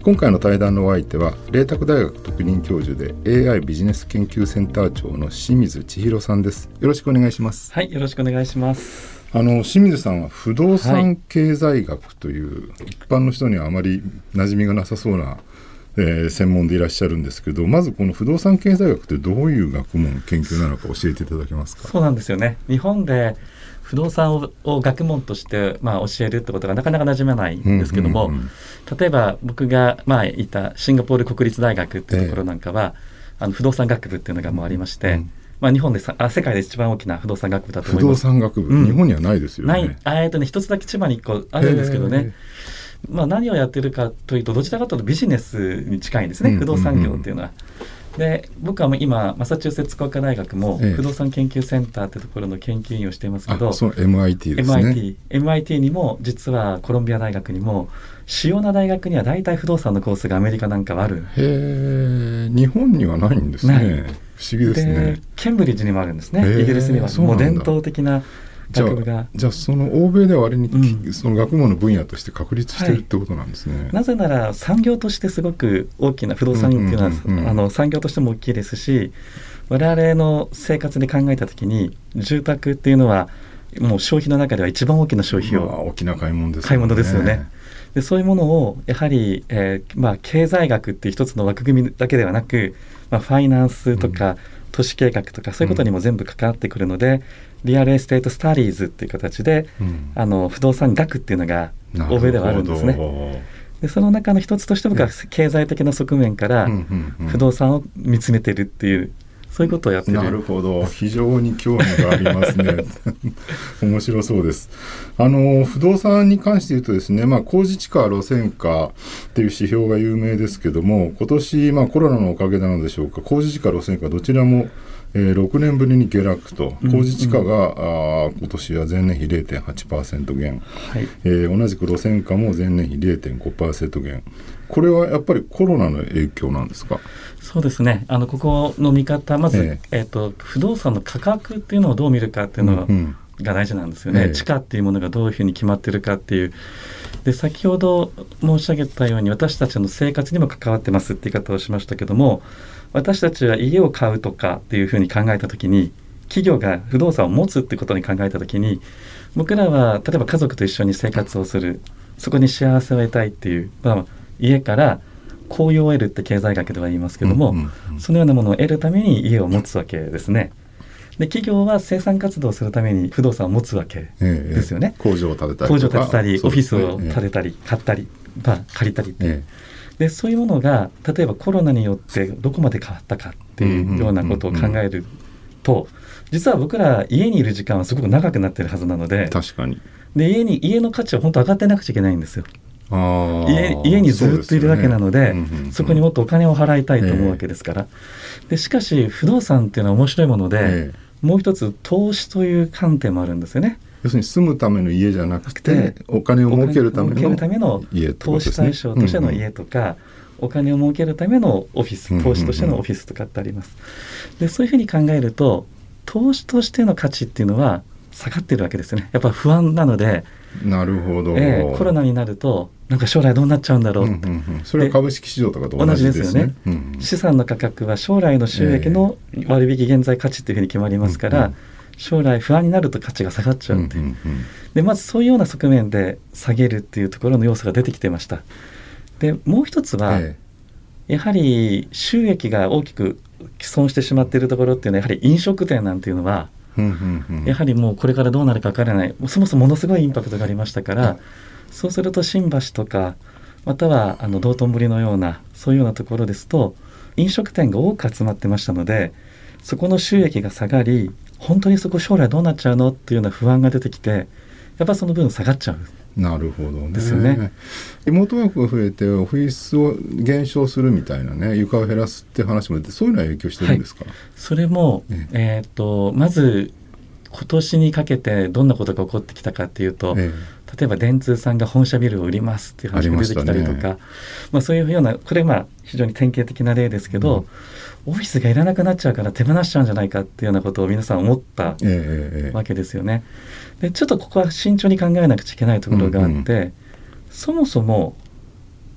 今回の対談のお相手は麗澤大学特任教授で エーアイ ビジネス研究センター長の清水千尋さんです。よろしくお願いします。 はい、よろしくお願いします。 あの清水さんは不動産経済学という、はい、一般の人にはあまり馴染みがなさそうな、えー、専門でいらっしゃるんですけど、まずこの不動産経済学ってどういう学問研究なのか教えていただけますか。 そうなんですよね。日本で不動産 を, を学問として、まあ、教えるってことがなかなか馴染めないんですけども、うんうんうん、例えば僕が、まあ、いたシンガポール国立大学っていうところなんかは、えー、あの不動産学部っていうのがもうありまして、うんまあ、日本でさあ世界で一番大きな不動産学部だと思います。 不動産学部、うん、日本にはないですよね。 ないあ、えーとね、一つだけ千葉にいっこあるんですけどね、まあ、何をやってるかというとどちらかというとビジネスに近いんですね、うんうんうん、不動産業っていうのは。で僕は今マサチューセッツ工科大学も不動産研究センターってところの研究員をしていますけど、ええ、あ、 その エムアイティー ですね。 エムアイティー、エムアイティーにも実はコロンビア大学にも主要な大学には大体不動産のコースがアメリカなんかはある。 へー、日本にはないんですね。不思議ですね。 でケンブリッジにもあるんですね。イギリスにはもう伝統的な学部が。 じゃあその欧米では割に、うん、その学問の分野として確立してるってことなんですね、はい、 なぜなら産業としてすごく大きな不動産っていうのは、うんうんうんうん、あの産業としても大きいですし、我々の生活で考えたときに住宅っていうのはもう消費の中では一番大きな消費を、 まあ、大きな買い物ですよね。 買い物ですよね。でそういうものをやはり、えーまあ、経済学っていう一つの枠組みだけではなく、まあ、ファイナンスとか、うん、都市計画とかそういうことにも全部関わってくるので、うん、リアルエステートスタディーズっていう形で、うん、あの不動産学っていうのが欧米ではあるんですね。でその中の一つとして僕は経済的な側面から不動産を見つめてるっていう、そういうことをやってる。 なるほど、非常に興味がありますね面白そうです。あの不動産に関して言うとですね、まあ、公示地価路線価っていう指標が有名ですけども、今年、まあ、コロナのおかげなのでしょうか、公示地価路線価どちらもえー、ろくねんぶりに下落と、公示地価が、うんうん、あ今年は前年比 れいてんはちパーセント 減、はいえー、同じく路線価も前年比 れいてんごパーセント 減。これはやっぱりコロナの影響なんですか。 そうですね、あのここの見方、まず、えーえー、と不動産の価格っていうのをどう見るかっていうのが、うんうんが大事なんですよね、えー、地価っていうものがどういうふうに決まってるかっていう。で先ほど申し上げたように私たちの生活にも関わってますって言い方をしましたけども、私たちは家を買うとかっていうふうに考えたときに、企業が不動産を持つっていうことに考えたときに、僕らは例えば家族と一緒に生活をする、そこに幸せを得たいっていう、まあ、家から効用を得るって経済学では言いますけども、うんうんうん、そのようなものを得るために家を持つわけですね。で企業は生産活動をするために不動産を持つわけですよね、 ええ、工場を建てたり工場を建てたり、オフィスを建てたり、ええ、買ったり、まあ、借りたりっていう、え、でそういうものが例えばコロナによってどこまで変わったかっていうようなことを考えると、うんうんうんうん、実は僕ら家にいる時間はすごく長くなってるはずなので、 確かにで 家に家の価値は本当上がってなくちゃいけないんですよ。あ 家, 家にずっといるわけなの で, そ, で、ねうんうんうん、そこにもっとお金を払いたいと思うわけですから、えー、でしかし不動産っていうのは面白いもので、えーもう一つ投資という観点もあるんですよね。 要するに住むための家じゃなくてお金を儲けるための家投資対象としての家とか、うんうん、お金を儲けるためのオフィス、投資としてのオフィスとかってあります。でそういうふうに考えると投資としての価値っていうのは下がってるわけですよね。やっぱ不安なので。 なるほど、 えー、コロナになるとなんか将来どうなっちゃうんだろうって、うんうんうん、 それは株式市場とかと同じですね。同じですよね、うんうん、資産の価格は将来の収益の割引現在価値っていうふうに決まりますから、えー、将来不安になると価値が下がっちゃうっていう、うんうんうん、でまずそういうような側面で下げるっていうところの要素が出てきてました。でもう一つは、えー、やはり収益が大きく毀損してしまっているところっていうのはやはり飲食店なんていうのはうんうんうん、やはりもうこれからどうなるか分からない、そもそもものすごいインパクトがありましたから、うん、そうすると新橋とかまたはあの道頓堀のようなそういうようなところですと飲食店が多く集まってましたので、そこの収益が下がり本当にそこ将来どうなっちゃうのっていうような不安が出てきて、やっぱその分下がっちゃう。 なるほどね。 ですよね。 リモートワークが増えてオフィスを減少するみたいなね、床を減らすって話も出て、そういうのは影響してるんですか。はい、 それも、ええー、とまず今年にかけてどんなことが起こってきたかっていうと、ええ、例えば電通さんが本社ビルを売りますっていう話が出てきたりとか、ままあ、そういうようなこれまあ非常に典型的な例ですけど、うん、オフィスがいらなくなっちゃうから手放しちゃうんじゃないかっていうようなことを皆さん思ったわけですよね。でちょっとここは慎重に考えなくちゃいけないところがあって、うんうんうん、そもそも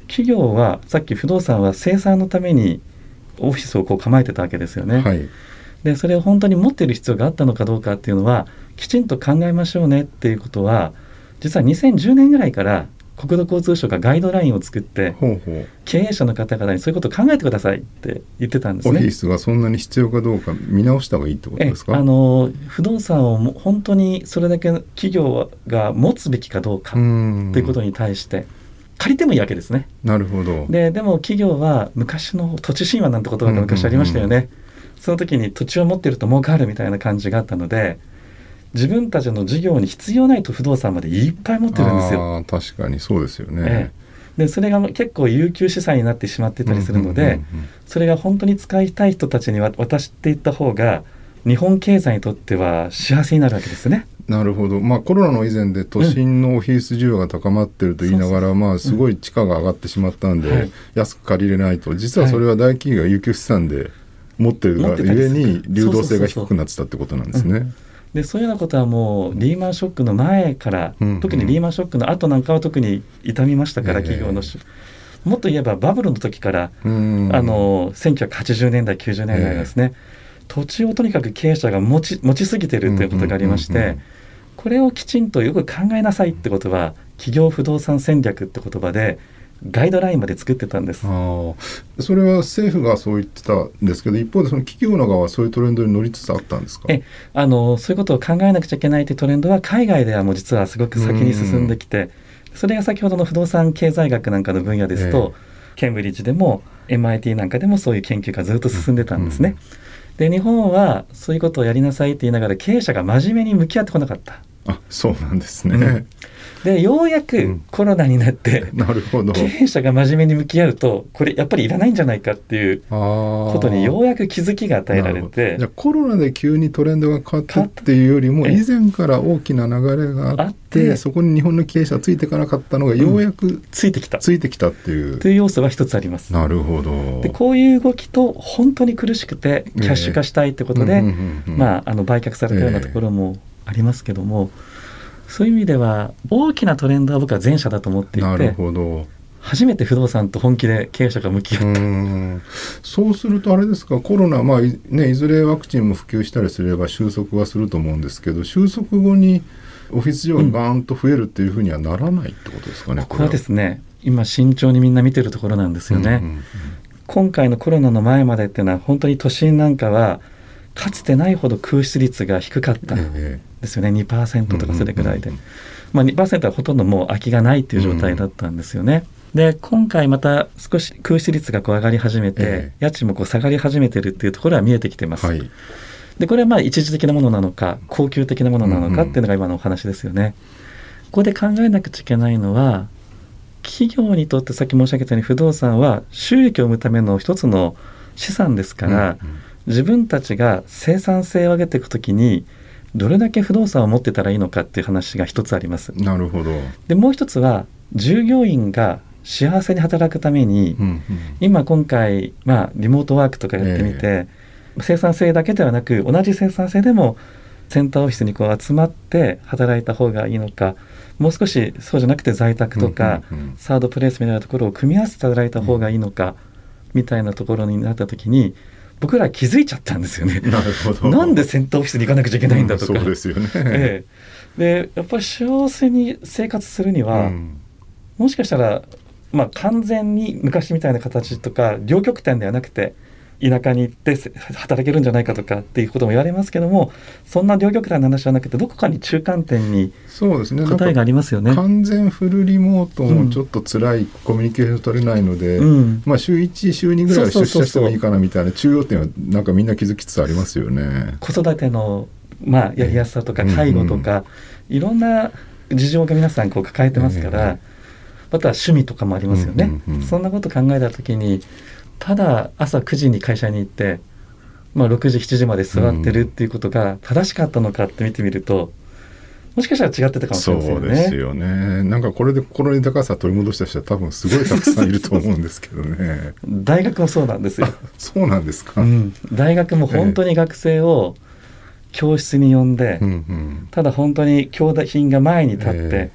企業はさっき不動産は生産のためにオフィスをこう構えてたわけですよね、 はい、 でそれを本当に持っている必要があったのかどうかっていうのはきちんと考えましょうねっていうことは、実はにせんじゅうねんぐらいから国土交通省がガイドラインを作ってほうほう経営者の方々にそういうことを考えてくださいって言ってたんですね。 オフィスがそんなに必要かどうか見直した方がいいってことですか？ えあの不動産をも本当にそれだけ企業が持つべきかどうかということに対して借りてもいいわけですね。 なるほど。 で、でも企業は昔の土地神話なんて言葉が昔ありましたよね、うんうんうん、その時に土地を持っていると儲かるみたいな感じがあったので、自分たちの事業に必要ないと不動産までいっぱい持ってるんですよ。 あ確かにそうですよね、 ええ、でそれが結構有給資産になってしまってたりするので、うんうんうんうん、それが本当に使いたい人たちに渡していった方が日本経済にとっては幸せになるわけですね。 なるほど、まあ、コロナの以前で都心のオフィス需要が高まっていると言いながら、うんまあ、すごい地価が上がってしまったんで、うん、安く借りれないと、実はそれは大企業が有給資産で持ってるがゆえに流動性が低くなってたってことなんですね。 でそういうようなことはもうリーマンショックの前から、うんうん、特にリーマンショックの後なんかは特に痛みましたから、えー、企業のもっと言えばバブルの時から、うん、あのせんきゅうひゃくはちじゅうねんだいきゅうじゅうねんだいですね、えー、土地をとにかく経営者が持ち、持ちすぎてるということがありまして、うんうんうんうん、これをきちんとよく考えなさいってことは企業不動産戦略って言葉でガイドラインまで作ってたんです。 あそれは政府がそう言ってたんですけど、一方でその企業の側はそういうトレンドに乗りつつあったんですか？ えあのそういうことを考えなくちゃいけないというトレンドは海外ではもう実はすごく先に進んできて、それが先ほどの不動産経済学なんかの分野ですと、えー、ケンブリッジでも エムアイティー なんかでもそういう研究がずっと進んでたんですね、うんうん、で日本はそういうことをやりなさいって言いながら経営者が真面目に向き合ってこなかった。 あそうなんですね、 うんでようやくコロナになって、うん、なるほど経営者が真面目に向き合うとこれやっぱりいらないんじゃないかっていうことにようやく気づきが与えられて、 じゃあコロナで急にトレンドが変わったっていうよりも以前から大きな流れがあってそこに日本の経営者ついていかなかったのがようやく、うん、 ついてきたついてきたっていうという要素は一つあります。 なるほど。 でこういう動きと本当に苦しくてキャッシュ化したいってことで、まあ、あの売却されたようなところもありますけども、えーそういう意味では大きなトレンドは僕は前者だと思っていて、 なるほど初めて不動産と本気で経営者が向き合った。うーんそうするとあれですか、コロナ、まあね、いずれワクチンも普及したりすれば収束はすると思うんですけど、収束後にオフィス需要がバーンと増えるっていうふうにはならないってことですかね、うん、 ここはですね今慎重にみんな見てるところなんですよね、うんうんうん、今回のコロナの前までっていうのは本当に都心なんかはかつてないほど空室率が低かったんですよね、ええ、にパーセント とかそれくらいで、うんうんうんまあ、にパーセント はほとんどもう空きがないという状態だったんですよね、うん、で今回また少し空室率がこう上がり始めて、ええ、家賃もこう下がり始めてるっていうところは見えてきてます、はい、でこれはまあ一時的なものなのか恒久的なものなのかっていうのが今のお話ですよね、うんうん、ここで考えなくちゃいけないのは企業にとってさっき申し上げたように不動産は収益を生むための一つの資産ですから、うんうん、自分たちが生産性を上げていくときにどれだけ不動産を持ってたらいいのかっていう話が一つあります。なるほど。でもう一つは従業員が幸せに働くために、うんうん、今今回、まあ、リモートワークとかやってみて、えー、生産性だけではなく同じ生産性でもセンターオフィスにこう集まって働いた方がいいのか、もう少しそうじゃなくて在宅とか、うんうんうん、サードプレイスみたいなところを組み合わせて働いた方がいいのか、うん、みたいなところになった時に僕ら気づいちゃったんですよね。なるほど。なんでセンターオフィスに行かなくちゃいけないんだとか、うん、そうですよね、ええ、でやっぱり幸せに生活するには、うん、もしかしたら、まあ、完全に昔みたいな形とか両極端ではなくて田舎に行って働けるんじゃないかとかっていうことも言われますけども、そんな両極端な話じゃなくてどこかに中間点に答えがありますよね。 完全フルリモートもちょっと辛い、うん、コミュニケーション取れないので、うん、まあ、週いち週にぐらいは出社してもいいかなみたいな中央点はなんかみんな気づきつつありますよね。 子育ての、まあ、やりやすさとか介護とか、うんうん、いろんな事情が皆さんこう抱えてますから、えー、または趣味とかもありますよね、うんうんうん、そんなこと考えたときにただ朝くじに会社に行って、まあ、ろくじしちじまで座ってるっていうことが正しかったのかって見てみると、もしかしたら違ってたかもしれませんよね。 そうですよね。なんかこれで心の高さ取り戻した人は多分すごいたくさんいると思うんですけどね大学もそうなんですよ。 そうなんですか、 うん、大学も本当に学生を教室に呼んで、えー、ただ本当に教員が前に立って、えー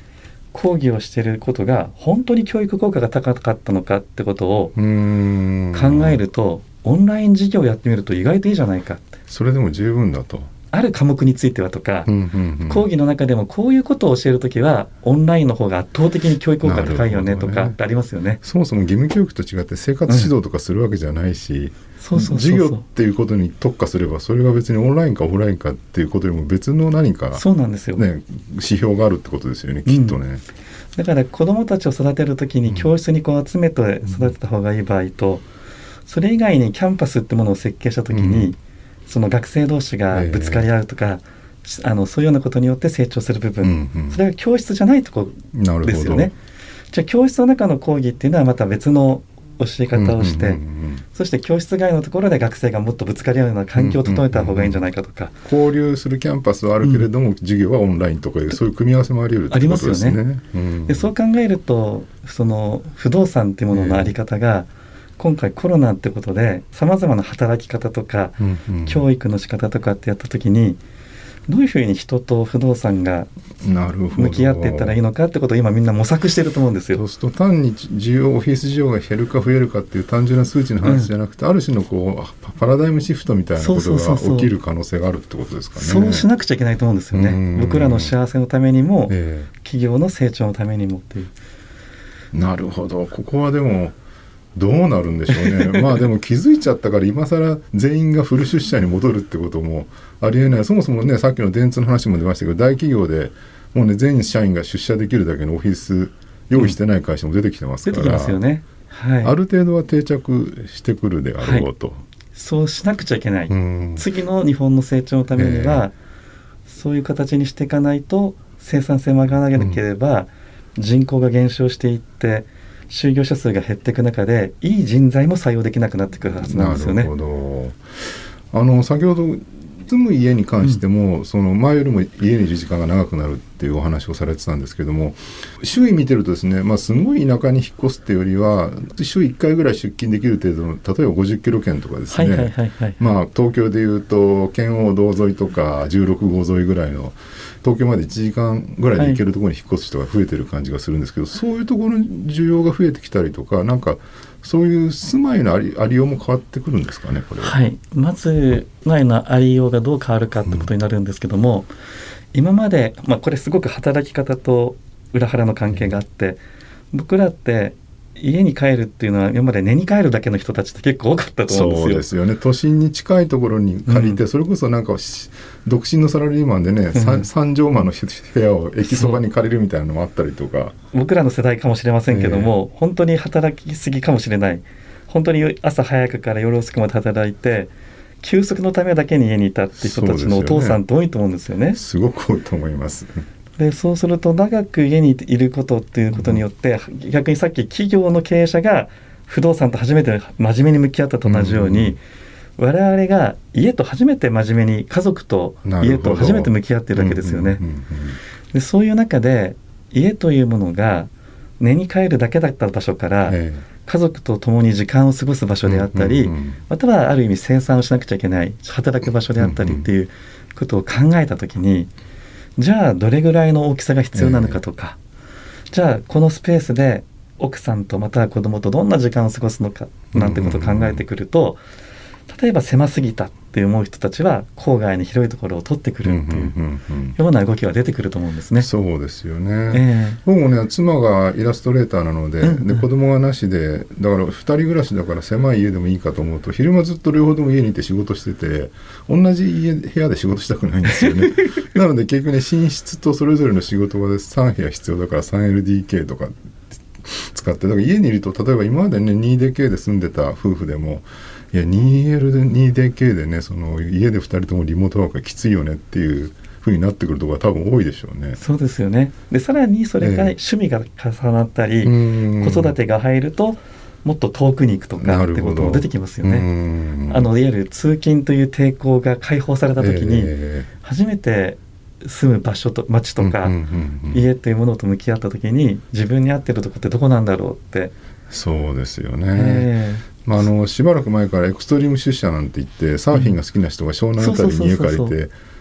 講義をしていることが本当に教育効果が高かったのかってことを考えると、オンライン授業をやってみると意外といいじゃないかって。 それでも十分だと。 ある科目についてはとか、 うんうんうん、 講義の中でもこういうことを教えるときはオンラインの方が圧倒的に教育効果高いよねとかってありますよね。 そもそも義務教育と違って生活指導とかするわけじゃないし、うん、 そうそうそうそう、 授業っていうことに特化すればそれが別にオンラインかオフラインかっていうことよりも別の何か、 そうなんですよ、 ね、指標があるってことですよね、きっとね、うん、 だから子どもたちを育てるときに教室にこう集めて育てた方がいい場合と、それ以外にキャンパスってものを設計したときに、うん、その学生同士がぶつかり合うとか、えーあのそういうようなことによって成長する部分、うんうん、それは教室じゃないところですよね。じゃあ教室の中の講義っていうのはまた別の教え方をして、うんうんうんうん、そして教室外のところで学生がもっとぶつかり合うような環境を整えた方がいいんじゃないかとか、 うんうんうん、交流するキャンパスはあるけれども、うん、授業はオンラインとかいうそういう組み合わせもあり得るってことですね。ありますよね、うん、 でそう考えるとその不動産っていうもののあり方が、えー今回コロナってことでさまざまな働き方とか、うんうん、教育の仕方とかってやった時にどういうふうに人と不動産が向き合っていったらいいのかってことを今みんな模索してると思うんですよ。 そうすると単に需要オフィス需要が減るか増えるかっていう単純な数値の話じゃなくて、うん、ある種のこうパラダイムシフトみたいなことが起きる可能性があるってことですかね。 そうしなくちゃいけないと思うんですよね。僕らの幸せのためにも、えー、企業の成長のためにもっていう。 なるほど。ここはでもどうなるんでしょうね。まあでも気づいちゃったから今更全員がフル出社に戻るってこともありえない。そもそもね、さっきの電通の話も出ましたけど、大企業でもうね全社員が出社できるだけのオフィス用意してない会社も出てきてますから、 うん、出てきますよね、はい、 ある程度は定着してくるであろうと、はい、 そうしなくちゃいけない、うん、次の日本の成長のためには、えー、そういう形にしていかないと生産性も上がらなければ、うん、人口が減少していって就業者数が減っていく中でいい人材も採用できなくなってくるはずなんですよね。 なるほど。あの先ほど住む家に関しても、うん、その前よりも家にいる時間が長くなるっていうお話をされてたんですけども、周囲見てるとですね、まあ、すごい田舎に引っ越すっていうよりは週いっかいぐらい出勤できる程度の例えばごじゅっキロ圏とかですね、はいはいはいはい、まあ、東京でいうと圏央道沿いとかじゅうろくごう沿いぐらいの東京までいちじかんぐらいで行けるところに引っ越す人が増えてる感じがするんですけど、はい、そういうところの需要が増えてきたりとか、なんかそういう住まいのあり、ありようも変わってくるんですかね、これは。 はい、まず住まいのありようがどう変わるかってことになるんですけども、うん、今まで、まあ、これすごく働き方と裏腹の関係があって、僕らって家に帰るっていうのは今まで寝に帰るだけの人たちって結構多かったと思うんですよ。 そうですよね。都心に近いところに借りて、うん、それこそなんか独身のサラリーマンでね、うん、三畳間の部屋を駅そばに借りるみたいなのもあったりとか、 僕らの世代かもしれませんけども、えー、本当に働きすぎかもしれない。本当に朝早くから夜遅くまで働いて休息のためだけに家にいたっていう人たちのお父さんって多いと思うんですよね。 すごく多いと思います。 でそうすると長く家にいることっていうことによって、うん、逆にさっき企業の経営者が不動産と初めて真面目に向き合ったと同じように、うん、我々が家と初めて真面目に家族と家と初めて向き合っているわけですよね。でそういう中で家というものが寝に帰るだけだった場所から、ええ、家族と共に時間を過ごす場所であったり、うんうんうん、またはある意味生産をしなくちゃいけない働く場所であったりっていうことを考えたときに、じゃあどれぐらいの大きさが必要なのかとか、えー、じゃあこのスペースで奥さんとまたは子供とどんな時間を過ごすのかなんてことを考えてくると、例えば狭すぎたって思う人たちは郊外に広いところを取ってくるっていうような動きが出てくると思うんですね。 そうですよね、えー、僕もね妻がイラストレーターなので、うんうん、で子供がなしでだからふたり暮らしだから狭い家でもいいかと思うと、昼間ずっと両方とも家にいて仕事してて同じ家部屋で仕事したくないんですよねなので結局ね寝室とそれぞれの仕事場でさん部屋必要だから スリーエルディーケー とか使って、だから家にいると例えば今までね ツーディーケー で住んでた夫婦でもいや ツーエル で ツーディーケー でねその家でふたりともリモートワークがきついよねっていう風になってくるところが多分多いでしょうね。 そうですよね。でさらにそれが趣味が重なったり、えー、子育てが入るともっと遠くに行くとかってことも出てきますよね。あのいわゆる通勤という抵抗が解放された時に、えー、初めて住む場所と街とか、うんうんうんうん、家というものと向き合った時に自分に合ってるとこってどこなんだろうって。 そうですよね、えーまあ、あのしばらく前からエクストリーム出社なんて言ってサーフィンが好きな人が湘南あたりに家借りて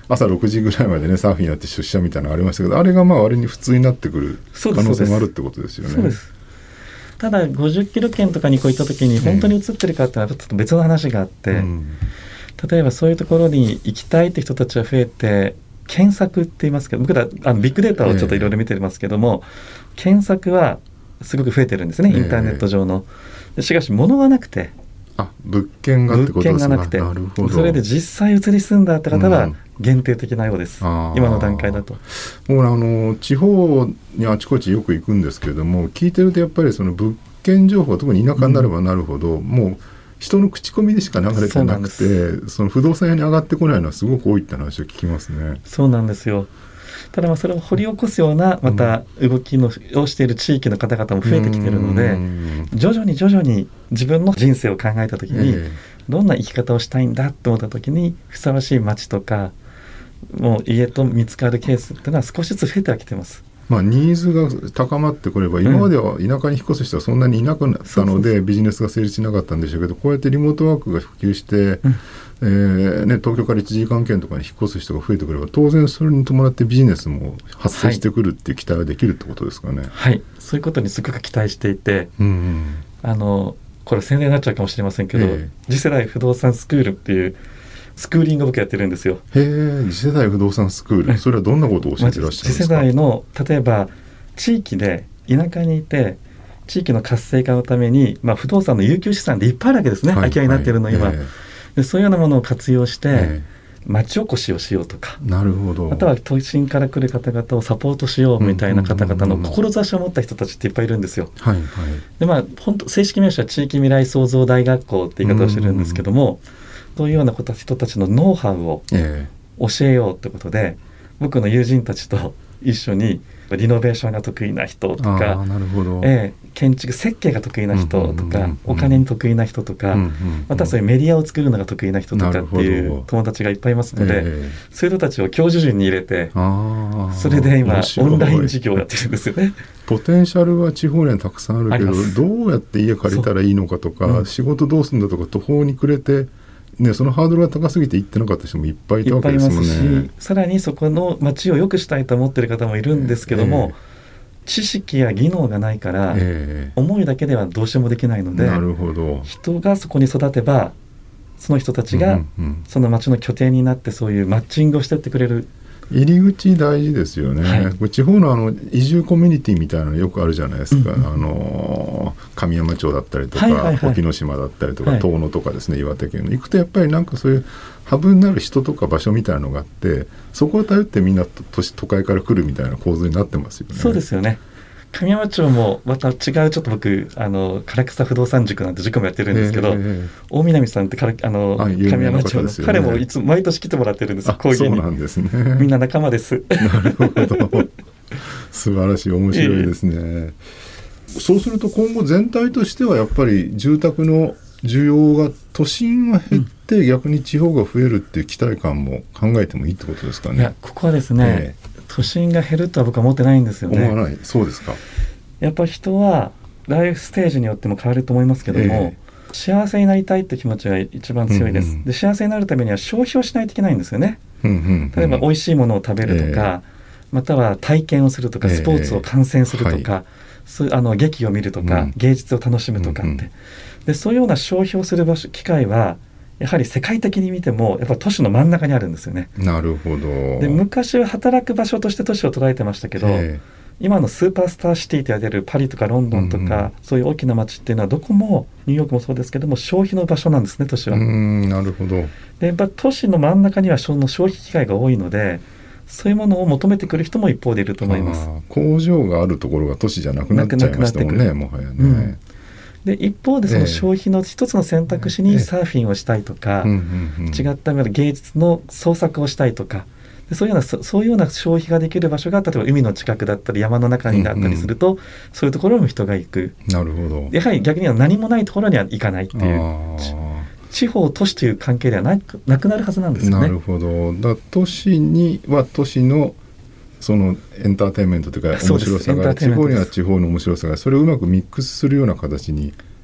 朝ろくじぐらいまでねサーフィンやって出社みたいなのがありましたけど、あれがまあ割に普通になってくる可能性もあるってことですよね。 そうです。ただごじゅっキロ圏とかにこういった時に本当に映ってるかっていうのはちょっと別の話があって、うん、例えばそういうところに行きたいって人たちが増えて検索って言いますけど、僕らあのビッグデータをちょっといろいろ見てますけども、えー、検索はすごく増えてるんですね、インターネット上の。でしかし物がなくて、 あ物件がってことですか。物件がなくて、なるほど。それで実際移り住んだって方は限定的なようです、うん、今の段階だと。 もうあの地方にあちこちよく行くんですけれども、聞いてるとやっぱりその物件情報、特に田舎になればなるほど、うん、もう人の口コミでしか流れてなくて、 そ, その不動産屋に上がってこないのはすごく多いって話を聞きますね。 そうなんですよ。ただまあそれを掘り起こすようなまた動きのをしている地域の方々も増えてきているので、徐々に徐々に自分の人生を考えた時にどんな生き方をしたいんだと思った時にふさわしい街とかもう家と見つかるケースっていうのは少しずつ増えてはきてます。 まあ、ニーズが高まってくれば、今までは田舎に引っ越す人はそんなにいなくなったので、うん、ビジネスが成立しなかったんでしょうけど、こうやってリモートワークが普及して、うんえーね、東京からいちじかん圏とかに引っ越す人が増えてくれば、当然それに伴ってビジネスも発生してくるっていう期待はできるってことですかね。 はい、はい、そういうことにすごく期待していて、うんうん、あのこれ宣伝になっちゃうかもしれませんけど、えー、次世代不動産スクールっていうスクーリングを僕やってるんですよ。 へえ、次世代不動産スクール、それはどんなことを教えてらっしゃるんですか。 次世代の例えば地域で田舎にいて地域の活性化のために、まあ、不動産の有給資産でいっぱいあるわけですね、はい、空き家になっているの今、はいえー、でそういうようなものを活用して、えー、町おこしをしようとか、 なるほど。 あとは都心から来る方々をサポートしようみたいな方々の志を持った人たちっていっぱいいるんですよ、はいはい。でまあ、本当正式名称は地域未来創造大学校って言い方をしてるんですけども、そういうような人たちのノウハウを教えようってことで、えー、僕の友人たちと一緒にリノベーションが得意な人とか、なるほど、えー、建築設計が得意な人とか、うんうんうんうん、お金に得意な人とか、うんうんうん、またそういうメディアを作るのが得意な人とかっていう友達がいっぱいいますので、えー、そういう人たちを教授陣に入れて、あそれで今オンライン授業をやってるんですよね。 ポテンシャルは地方にはたくさんあるけど、どうやって家借りたらいいのかとか、うん、仕事どうするんだとか途方に暮れてね、そのハードルが高すぎて行ってなかった人もいっぱいいたわけですもんね。いっぱいいますし、 さらにそこの街を良くしたいと思っている方もいるんですけども、えー、知識や技能がないから、えー、思いだけではどうしようもできないので、なるほど。人がそこに育てばその人たちがその街の拠点になってそういうマッチングをしていってくれる。 入り口大事ですよね、はい、これ地方のあの移住コミュニティみたいなのよくあるじゃないですか、うんうん、あの神山町だったりとか、はいはいはい、沖ノ島だったりとか、はい、遠野とかですね、岩手県の行くとやっぱりなんかそういうハブになる人とか場所みたいなのがあって、そこを頼ってみんな都市都会から来るみたいな構図になってますよね。 そうですよね。神山町もまた違う、ちょっと僕あの唐草不動産塾なんて塾もやってるんですけど、えー、大南さんってからあのあ神山町の、ね、彼もいつ毎年来てもらってるんですよ、講義に。そうなんですね。みんな仲間です。 なるほど。素晴らしい、面白いですね、えー、そうすると今後全体としてはやっぱり住宅の需要が都心は減って、うん、逆に地方が増えるっていう期待感も考えてもいいってことですかね。 いや、ここはですね、えー都心が減るとは僕は思ってないんですよね。 思わない。そうですか。 やっぱり人はライフステージによっても変わると思いますけども、えー、幸せになりたいって気持ちが一番強いです、うんうん、で幸せになるためには消費をしないといけないんですよね、うんうんうん、例えば美味しいものを食べるとか、えー、または体験をするとか、スポーツを観戦するとか、えーはい、そうあの劇を見るとか、うん、芸術を楽しむとかって、うんうん、でそういうような消費をする場所機会はやはり世界的に見てもやっぱり都市の真ん中にあるんですよね。 なるほど。 で昔は働く場所として都市を捉えてましたけど、今のスーパースターシティと言われるパリとかロンドンとか、うん、そういう大きな街っていうのはどこもニューヨークもそうですけども消費の場所なんですね、都市は。うーん、なるほど。でやっぱ都市の真ん中にはその消費機会が多いので、そういうものを求めてくる人も一方でいると思います。 工場があるところが都市じゃなくなっちゃいましたもんね、もはやね、うん、 で一方でその消費の一つの選択肢にサーフィンをしたいとか、ええ、違った芸術の創作をしたいとか、でそういうようなそ、そういうような消費ができる場所が例えば海の近くだったり山の中になったりすると、うんうん、そういうところにも人が行く。なるほど。やはり逆には何もないところには行かないっていう地方都市という関係ではなく、なくなるはずなんですよね。 なるほど。だ都市には都市のそのエンターテインメントというか面白さが、地方には地方の面白さが、それをうまくミックスするような形に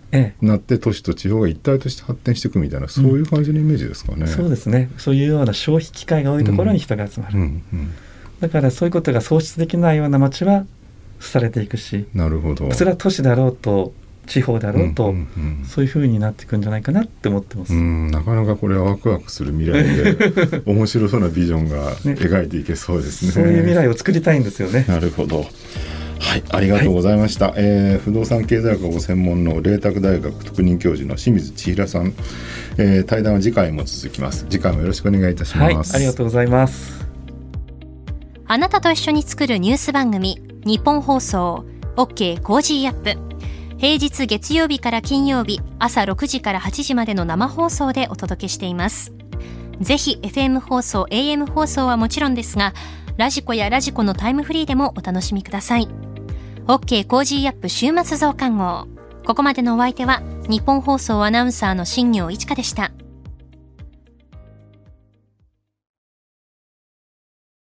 なって都市と地方が一体として発展していくみたいな、そういう感じのイメージですかね、うん、 そうですね。そういうような消費機会が多いところに人が集まる、うんうんうん、だからそういうことが創出できないような街はされていくし、 なるほど、 それは都市だろうと地方だろうと、うんうんうん、そういう風になっていくんじゃないかなって思ってます。 うん、なかなかこれはワクワクする未来で面白そうなビジョンが描いていけそうですね。 そういう未来を作りたいんですよね。 なるほど、はい、ありがとうございました、はい。えー、不動産経済学がご専門の麗澤大学特任教授の清水千尋さん、えー、対談は次回も続きます。次回もよろしくお願いいたします。 はい、ありがとうございます。 あなたと一緒に作るニュース番組、日本放送 OK コージーアップ、平日月曜日から金曜日朝ろくじからはちじまでの生放送でお届けしています。ぜひ エフエム 放送 エーエム 放送はもちろんですが、ラジコやラジコのタイムフリーでもお楽しみください。 OK コージーアップ週末増刊号、ここまでのお相手は日本放送アナウンサーの新業一華でした。